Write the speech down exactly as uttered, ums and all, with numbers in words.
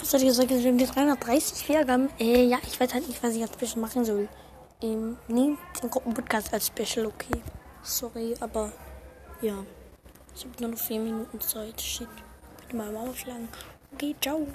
Was hat ihr gesagt? Wir haben die dreihundertdreißig Wiedergaben. Äh, ja, ich weiß halt nicht, was ich als Special machen soll. Ähm, nehmt den Gruppenpodcast als Special, okay. Sorry, aber ja. Ich habe nur noch vier Minuten Zeit. Shit. Bitte mal aufschlagen. Okay, ciao.